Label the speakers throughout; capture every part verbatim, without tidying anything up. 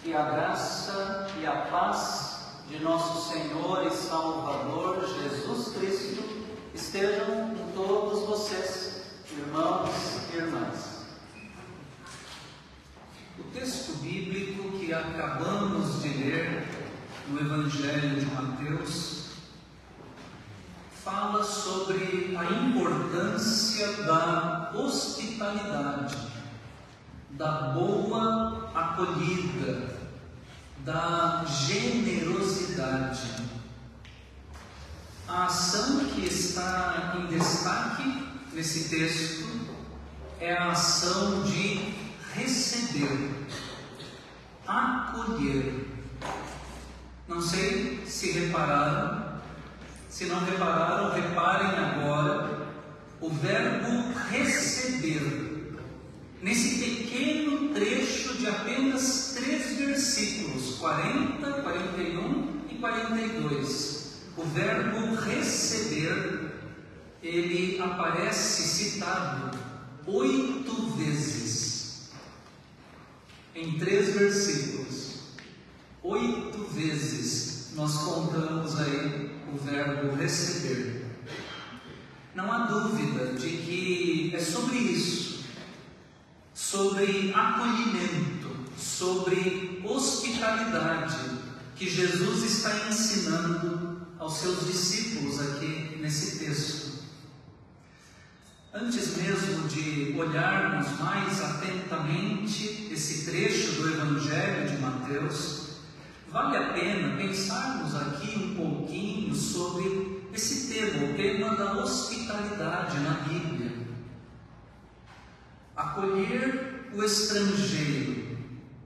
Speaker 1: Que a graça e a paz de nosso Senhor e Salvador Jesus Cristo estejam com todos vocês, irmãos e irmãs.
Speaker 2: O texto bíblico que acabamos de ler no Evangelho de Mateus fala sobre a importância da hospitalidade, da boa acolhida, da generosidade. A ação que está em destaque nesse texto é a ação de receber, acolher. Não sei se repararam, se não repararam, reparem agora o verbo receber. Nesse pequeno trecho de apenas três versículos, quarenta, quarenta e um e quarenta e dois, o verbo receber, ele aparece citado oito vezes, em três versículos. Oito vezes nós contamos aí o verbo receber. Não há dúvida de que é sobre isso, sobre acolhimento, sobre hospitalidade, que Jesus está ensinando aos seus discípulos aqui nesse texto. Antes mesmo de olharmos mais atentamente esse trecho do Evangelho de Mateus, vale a pena pensarmos aqui um pouquinho sobre esse tema, o tema da hospitalidade na Bíblia. Acolher o estrangeiro,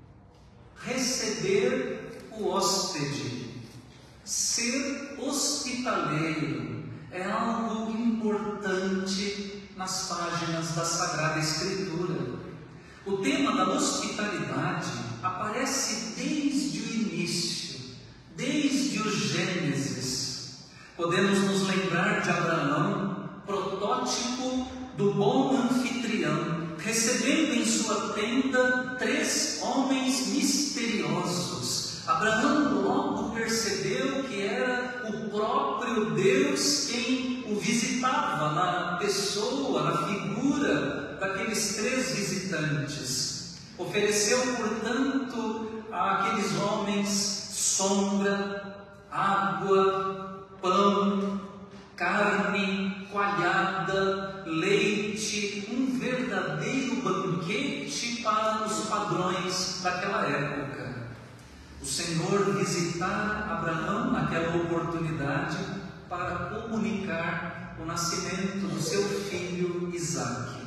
Speaker 2: receber o hóspede, ser hospitaleiro é algo importante nas páginas da Sagrada Escritura. O tema da hospitalidade aparece desde o início, desde o Gênesis. Podemos nos lembrar de Abraão, protótipo do bom anfitrião, recebendo em sua tenda três homens misteriosos. Abraão logo percebeu que era o próprio Deus quem o visitava na pessoa, na figura daqueles três visitantes. Ofereceu, portanto, àqueles homens sombra, água, pão, carne coalhada, leite, um verdadeiro banquete para os padrões daquela época. O Senhor visitar Abraão naquela oportunidade para comunicar o nascimento do seu filho Isaque.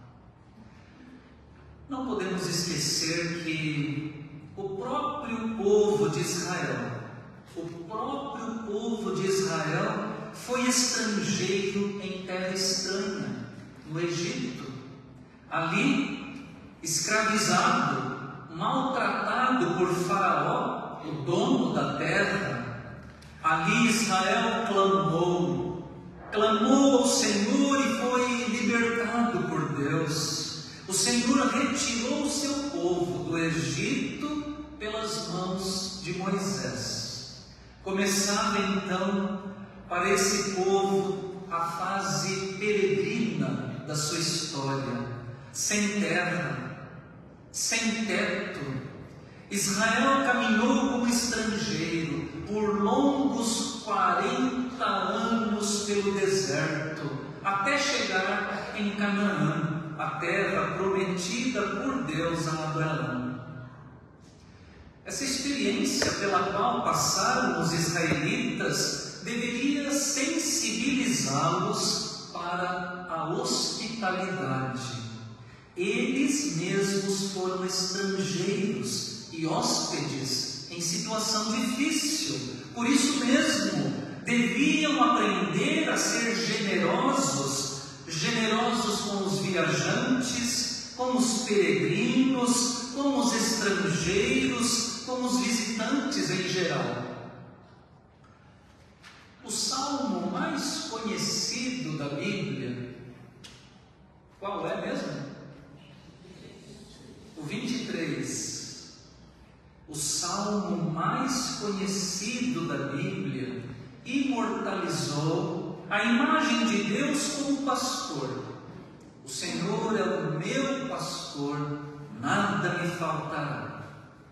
Speaker 2: Não podemos esquecer que o próprio povo de Israel, o próprio povo de Israel foi estrangeiro em terra estranha, no Egito. Ali, escravizado, maltratado por Faraó, o dono da terra, ali Israel clamou, clamou ao Senhor e foi libertado por Deus. O Senhor retirou o seu povo do Egito pelas mãos de Moisés. Começava então, para esse povo, a fase peregrina da sua história, sem terra, sem teto. Israel caminhou como estrangeiro por longos quarenta anos pelo deserto, até chegar em Canaã, a terra prometida por Deus a Abraão. Essa experiência pela qual passaram os israelitas deveria sensibilizá-los para a hospitalidade. Eles mesmos foram estrangeiros e hóspedes em situação difícil. Por isso mesmo, deviam aprender a ser generosos, generosos com os viajantes, com os peregrinos, com os estrangeiros, com os visitantes em geral. O salmo mais conhecido da Bíblia, qual é mesmo? O vinte e três. O salmo mais conhecido da Bíblia, imortalizou a imagem de Deus como pastor. O Senhor é o meu pastor, nada me faltará.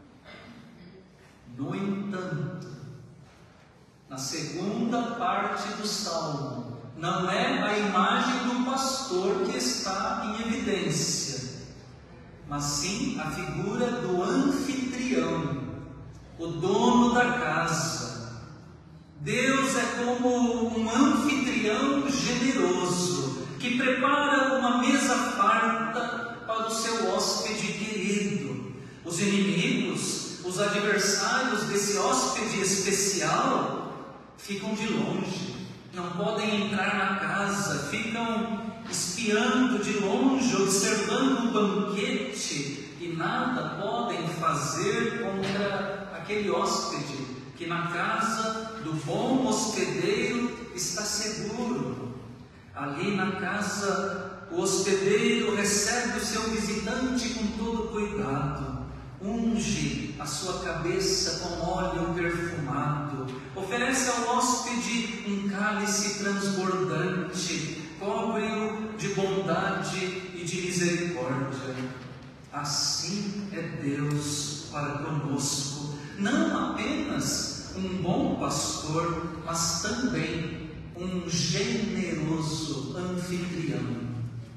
Speaker 2: No entanto, na segunda parte do salmo, não é a imagem do pastor que está em evidência, mas sim a figura do anfitrião, o dono da casa. Deus é como um anfitrião generoso, que prepara uma mesa farta para o seu hóspede querido. Os inimigos, os adversários desse hóspede especial, ficam de longe, não podem entrar na casa, ficam espiando de longe, observando o banquete, e nada podem fazer contra aquele hóspede, que na casa do bom hospedeiro está seguro. Ali na casa, o hospedeiro recebe o seu visitante com todo cuidado, unge a sua cabeça com óleo perfumado, oferece ao hóspede um cálice transbordante, cobre-o de bondade e de misericórdia. Assim é Deus para conosco, não apenas um bom pastor, mas também um generoso anfitrião.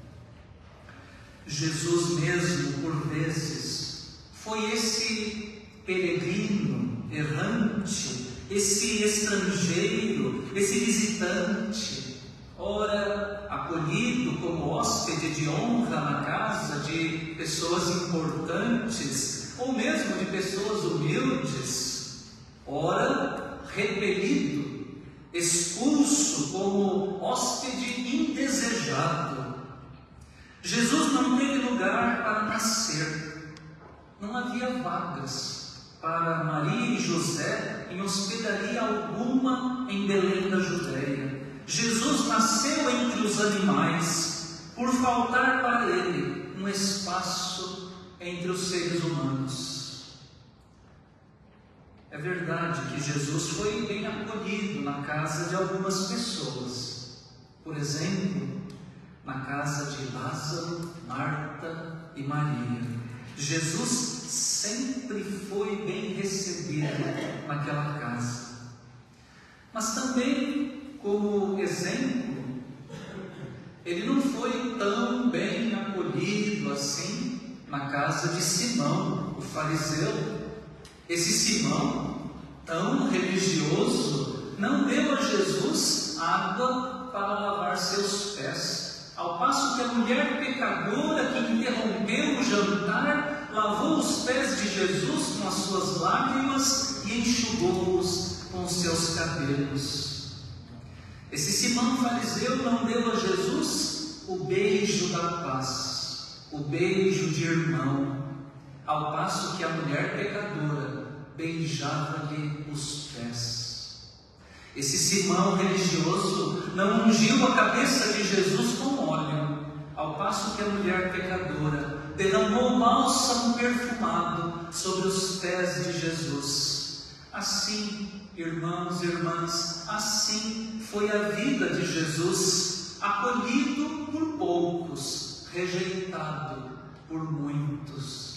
Speaker 2: Jesus mesmo, por vezes, foi esse peregrino errante, esse estrangeiro, esse visitante, ora acolhido como hóspede de honra na casa de pessoas importantes, ou mesmo de pessoas humildes, ora repelido, expulso como hóspede indesejado. Jesus não teve lugar para nascer, não havia vagas para Maria e José em hospedaria alguma em Belém da Judéia. Jesus nasceu entre os animais, por faltar para ele um espaço entre os seres humanos. É verdade que Jesus foi bem acolhido na casa de algumas pessoas. Por exemplo, na casa de Lázaro, Marta e Maria. Jesus sempre foi bem recebido naquela casa. Mas também, como exemplo, ele não foi tão bem acolhido assim na casa de Simão, o fariseu. Esse Simão, tão religioso, não deu a Jesus água para lavar seus pés, ao passo que a mulher pecadora que interrompeu o jantar lavou os pés de Jesus com as suas lágrimas e enxugou-os com os seus cabelos. Esse Simão fariseu não deu a Jesus o beijo da paz, o beijo de irmão, ao passo que a mulher pecadora beijava-lhe os pés. Esse Simão religioso não ungiu a cabeça de Jesus com óleo, ao passo que a mulher pecadora derramou bálsamo perfumado sobre os pés de Jesus. Assim, irmãos e irmãs, assim foi a vida de Jesus, acolhido por poucos, rejeitado por muitos.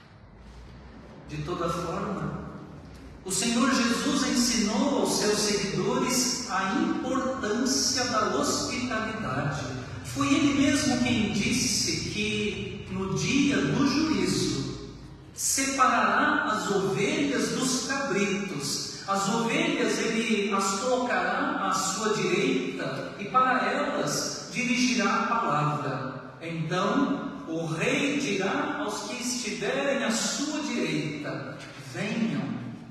Speaker 2: De toda forma, o Senhor Jesus ensinou aos seus seguidores a importância da hospitalidade. Foi Ele mesmo quem disse que no dia do juízo separará as ovelhas dos cabritos. As ovelhas Ele as colocará à sua direita e para elas dirigirá a palavra. Então o rei dirá aos que estiverem à sua direita: venham,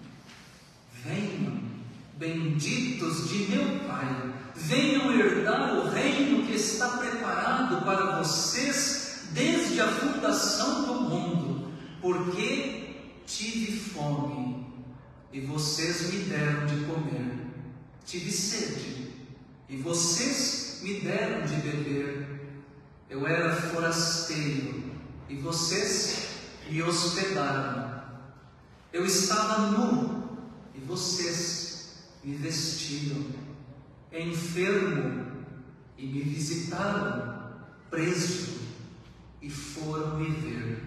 Speaker 2: venham, benditos de meu Pai, venham herdar o reino que está preparado para vocês desde a fundação do mundo, porque tive fome e vocês me deram de comer, tive sede e vocês me deram de beber, eu era forasteiro e vocês me hospedaram, Eu estava nu e vocês me vestiram, enfermo e me visitaram, preso e foram me ver.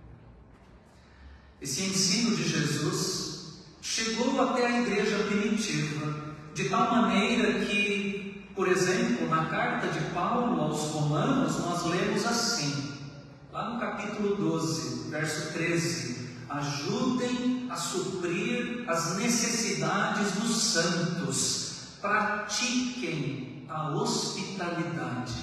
Speaker 2: Esse ensino de Jesus chegou até a igreja primitiva, de tal maneira que, por exemplo, na carta de Paulo aos Romanos, nós lemos assim, lá no capítulo doze, verso treze: ajudem a suprir as necessidades dos santos, pratiquem a hospitalidade.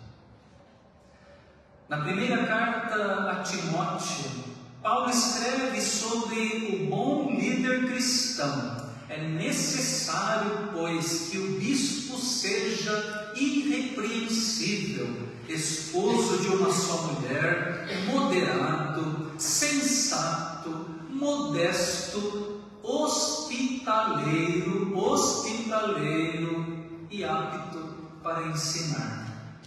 Speaker 2: Na primeira carta a Timóteo, Paulo escreve sobre o bom líder cristão. É necessário, pois, que o bispo seja irrepreensível, esposo de uma só mulher, moderado, sensato, modesto, hospitaleiro, hospitaleiro e apto para ensinar.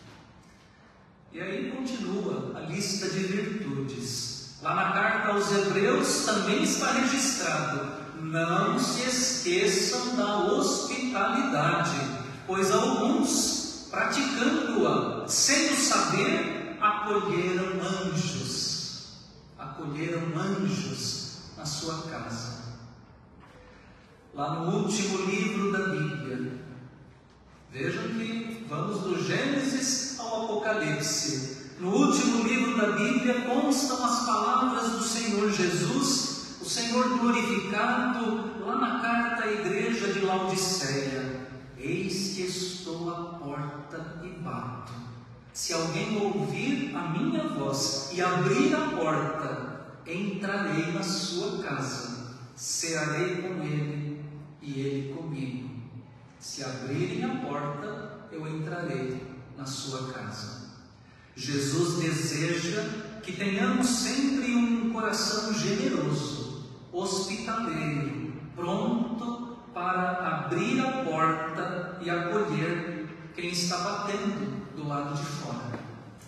Speaker 2: E aí continua a lista de virtudes. Lá na carta aos Hebreus também está registrado: não se esqueçam da hospitalidade, pois alguns, praticando-a sem o saber, acolheram anjos, acolheram anjos na sua casa. Lá no último livro da Bíblia, vejam que vamos do Gênesis ao Apocalipse. No último livro da Bíblia constam as palavras do Senhor Jesus, o Senhor glorificado, lá na carta à igreja de Laodiceia: eis que estou à porta e bato. Se alguém ouvir a minha voz e abrir a porta, entrarei na sua casa, cearei com ele e ele comigo. Se abrirem a porta, eu entrarei na sua casa. Jesus deseja que tenhamos sempre um coração generoso, hospitaleiro, pronto para abrir a porta e acolher quem está batendo do lado de fora.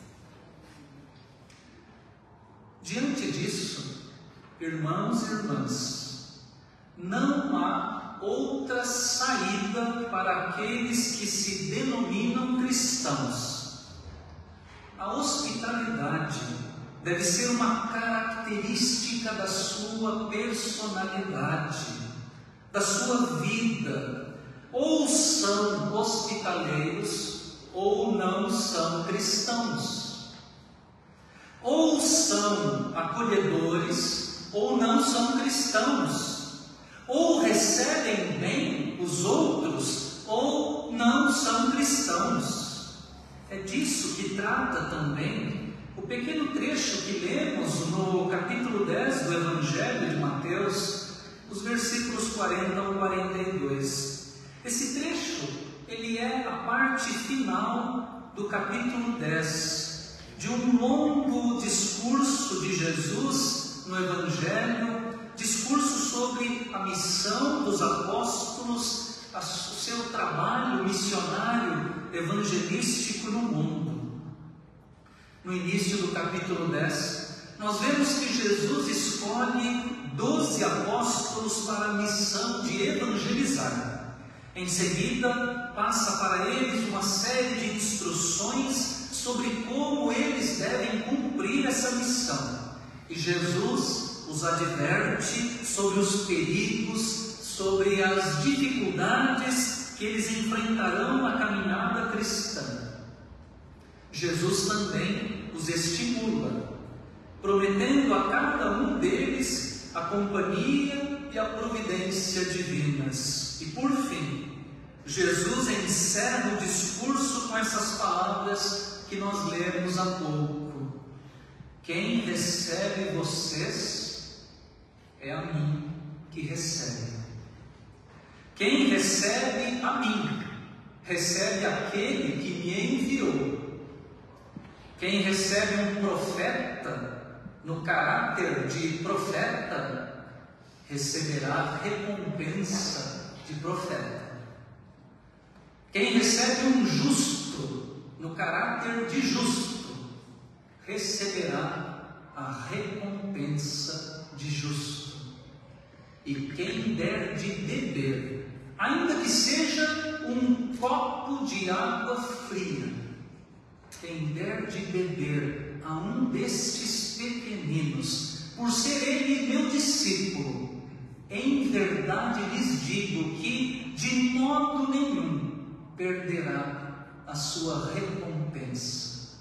Speaker 2: Diante disso, irmãos e irmãs, não há outra saída para aqueles que se denominam cristãos. A hospitalidade deve ser uma característica da sua personalidade, da sua vida. Ou são hospitaleiros, ou não são cristãos. Ou são acolhedores, ou não são cristãos. Ou recebem bem os outros, ou não são cristãos. É disso que trata também o pequeno trecho que lemos no capítulo dez do Evangelho de Mateus, os versículos quarenta ao quarenta e dois. Esse trecho, ele é a parte final do capítulo dez, de um longo discurso de Jesus no Evangelho, discurso sobre a missão dos apóstolos, o seu trabalho missionário evangelístico no mundo. No início do capítulo dez, nós vemos que Jesus escolhe doze apóstolos para a missão de evangelizar. Em seguida, passa para eles uma série de instruções sobre como eles devem cumprir essa missão. E Jesus os adverte sobre os perigos, sobre as dificuldades que eles enfrentarão na caminhada cristã. Jesus também os estimula, prometendo a cada um deles a companhia e a providência divinas. E por fim, Jesus encerra o discurso com essas palavras que nós lemos há pouco: quem recebe vocês é a mim que recebe. Quem recebe a mim, recebe aquele que me enviou. Quem recebe um profeta no caráter de profeta, receberá recompensa de profeta. Quem recebe um justo no caráter de justo, receberá a recompensa de justo. E quem der de beber, ainda que seja um copo de água fria, quem der de beber a um destes pequeninos, por ser ele meu discípulo, em verdade lhes digo que de modo nenhum perderá a sua recompensa.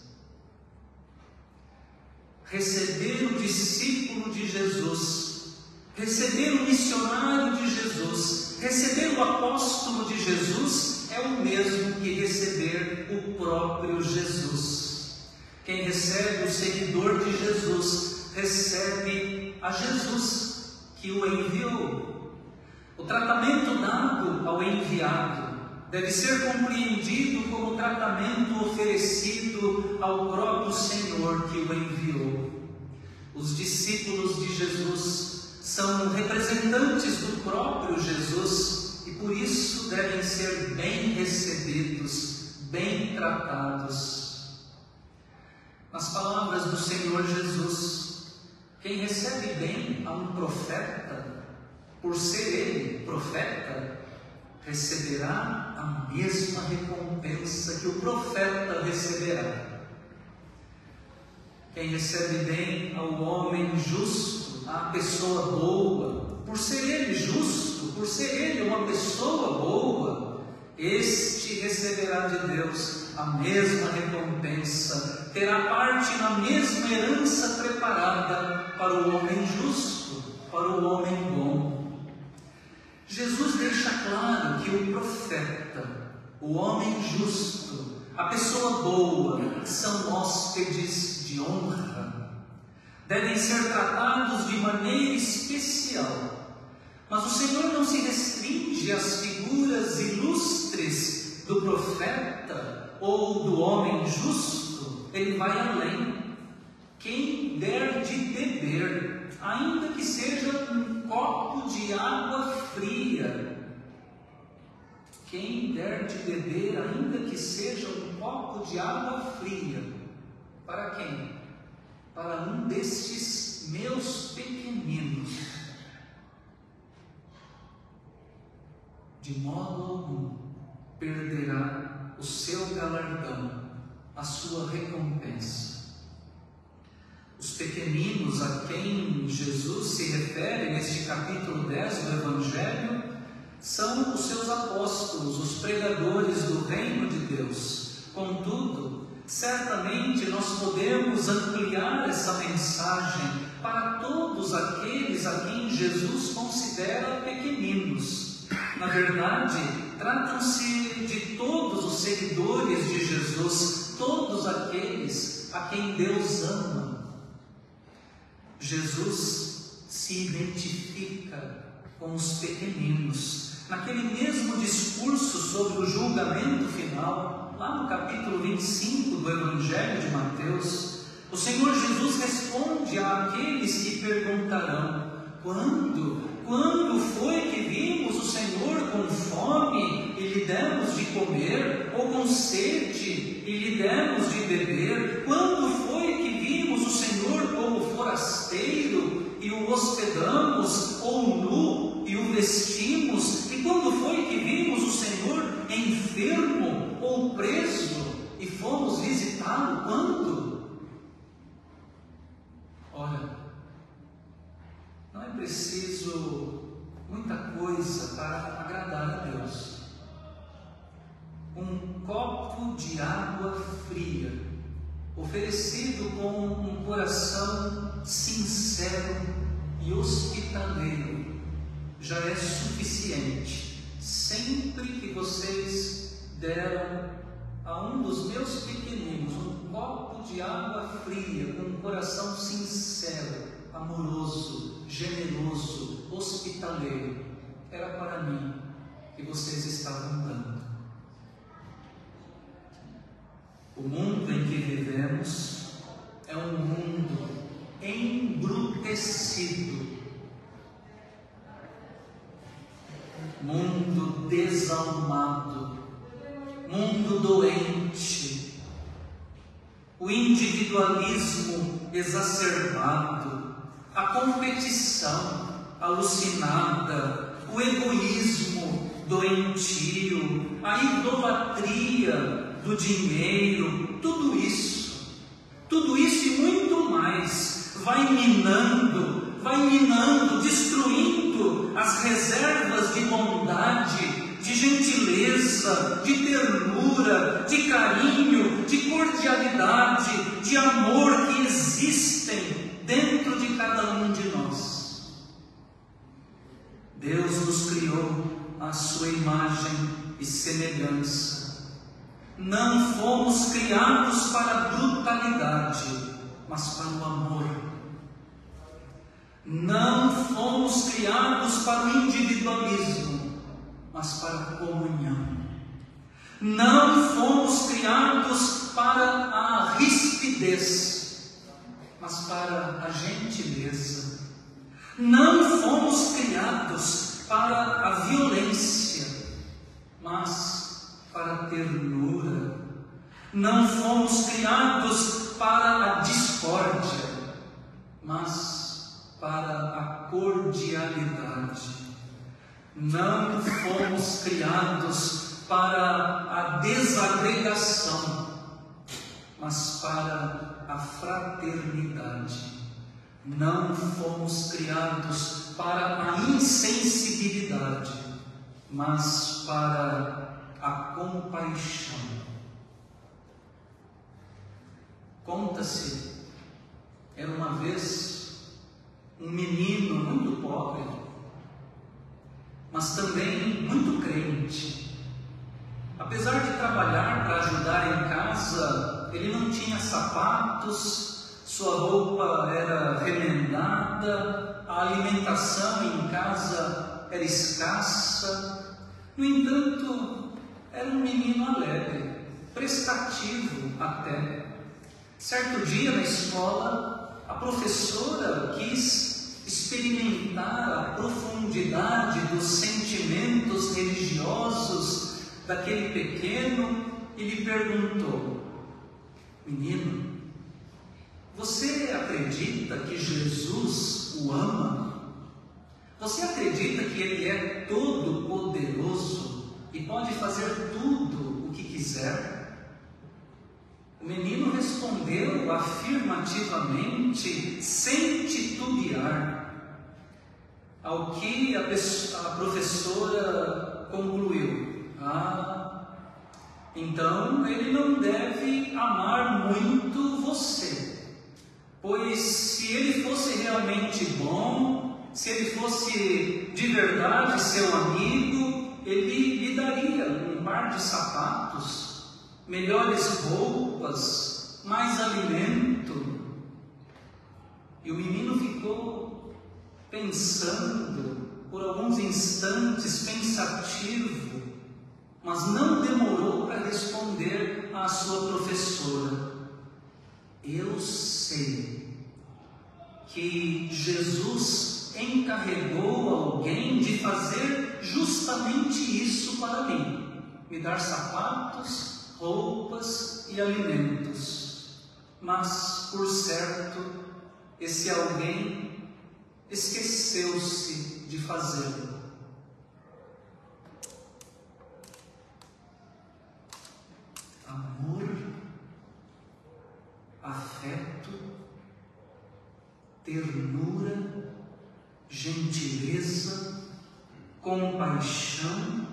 Speaker 2: Receber o discípulo de Jesus, receber o missionário de Jesus, receber o apóstolo de Jesus é o mesmo que receber o próprio Jesus. Quem recebe o seguidor de Jesus, recebe a Jesus que o enviou. O tratamento dado ao enviado deve ser compreendido como o tratamento oferecido ao próprio Senhor que o enviou. Os discípulos de Jesus são representantes do próprio Jesus e por isso devem ser bem recebidos, bem tratados. Nas palavras do Senhor Jesus, quem recebe bem a um profeta, por ser ele profeta, receberá a mesma recompensa que o profeta receberá. Quem recebe bem ao homem justo, à pessoa boa, por ser ele justo, por ser ele uma pessoa boa, este receberá de Deus a mesma recompensa, terá parte na mesma herança preparada para o homem justo, para o homem bom. Jesus deixa claro que o profeta, o homem justo, a pessoa boa, são hóspedes de honra. Devem ser tratados de maneira especial. Mas o Senhor não se restringe às figuras ilustres do profeta ou do homem justo. Ele vai além. Quem der de beber, ainda que seja um copo de água fria, quem der de beber, ainda que seja um copo de água fria, para quem? Para um destes meus pequeninos, de modo algum perderá o seu galardão, a sua recompensa. Os pequeninos a quem Jesus se refere neste capítulo dez do Evangelho são os seus apóstolos, os pregadores do reino de Deus. Contudo, certamente nós podemos ampliar essa mensagem para todos aqueles a quem Jesus considera pequeninos. Na verdade, tratam-se de todos os seguidores de Jesus, todos aqueles a quem Deus ama. Jesus se identifica com os pequeninos. Naquele mesmo discurso sobre o julgamento final, lá no capítulo vinte e cinco do Evangelho de Mateus, o Senhor Jesus responde àqueles que perguntarão: quando? Quando foi que vimos o Senhor com fome e lhe demos de comer, ou com sede e lhe demos de beber? Quando foi que vimos o Senhor como forasteiro e o hospedamos, ou nu e o vestimos? E quando foi que vimos o Senhor enfermo ou preso e fomos visitá-lo? Quando? Olha, não é preciso muita coisa para agradar a Deus. Um copo de água fria, oferecido com um coração sincero e hospitaleiro, já é suficiente. Sempre que vocês deram a um dos meus pequeninos um copo de água fria, com um coração sincero, amoroso, generoso, hospitaleiro, era para mim que vocês estavam dando. O mundo em que vivemos é um mundo embrutecido, mundo desalmado, mundo doente, o individualismo exacerbado, a competição, a alucinada, o egoísmo doentio, a idolatria do dinheiro, tudo isso, tudo isso e muito mais vai minando, vai minando, destruindo as reservas de bondade, de gentileza, de ternura, de carinho, de cordialidade, de amor que existem dentro de cada um de nós. Deus nos criou à sua imagem e semelhança. Não fomos criados para a brutalidade, mas para o amor. Não fomos criados para o individualismo, mas para a comunhão. Não fomos criados para a rispidez, mas para a gentileza. Não fomos criados para a violência, mas para a ternura. Não fomos criados para a discórdia, mas para a cordialidade. Não fomos criados para a desagregação, mas para a fraternidade. Não fomos criados para a insensibilidade, mas para a compaixão. Conta-se, era uma vez um menino muito pobre, mas também muito crente. Apesar de trabalhar para ajudar em casa, ele não tinha sapatos, sua roupa era remendada, a alimentação em casa era escassa. No entanto, era um menino alegre, prestativo até. Certo dia na escola, a professora quis experimentar a profundidade dos sentimentos religiosos daquele pequeno e lhe perguntou: menino, você acredita que Jesus o ama? Você acredita que Ele é todo poderoso e pode fazer tudo o que quiser? O menino respondeu afirmativamente, sem titubear, ao que a, pessoa, a professora concluiu: ah, então ele não deve amar muito você, pois se ele fosse realmente bom, se ele fosse de verdade seu amigo, ele lhe daria um par de sapatos, melhores roupas, mais alimento. E o menino ficou pensando por alguns instantes, pensativo, mas não demorou para responder à sua professora: eu sei que Jesus encarregou alguém de fazer justamente isso para mim, me dar sapatos, roupas e alimentos, mas, por certo, esse alguém esqueceu-se de fazê-lo. Amor, afeto, ternura, gentileza, compaixão,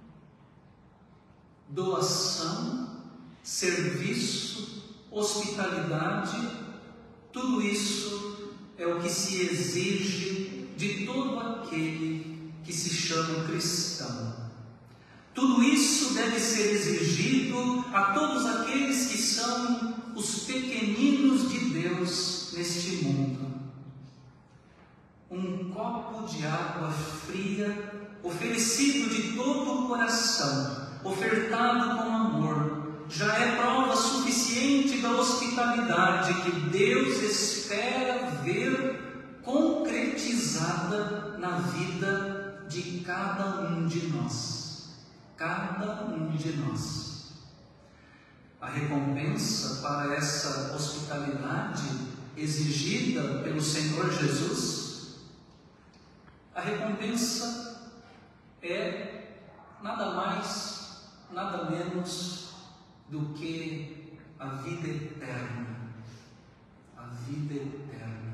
Speaker 2: doação, serviço, hospitalidade, tudo isso é o que se exige de todo aquele que se chama cristão. Tudo isso deve ser exigido a todos aqueles que são os pequeninos de Deus neste mundo. Um copo de água fria, oferecido de todo o coração, ofertado com amor, já é prova suficiente da hospitalidade que Deus espera ver concretizada na vida de cada um de nós. Cada um de nós. A recompensa para essa hospitalidade exigida pelo Senhor Jesus, a recompensa é nada mais, nada menos do que a vida eterna. A vida eterna.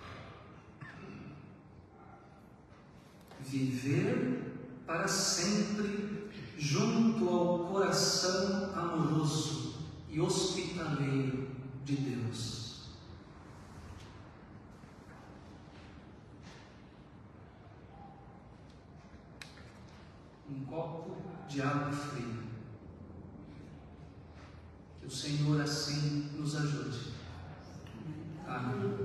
Speaker 2: Viver para sempre junto ao coração amoroso e hospitaleiro de Deus. Um copo de água fria. Que o Senhor assim nos ajude. Amém.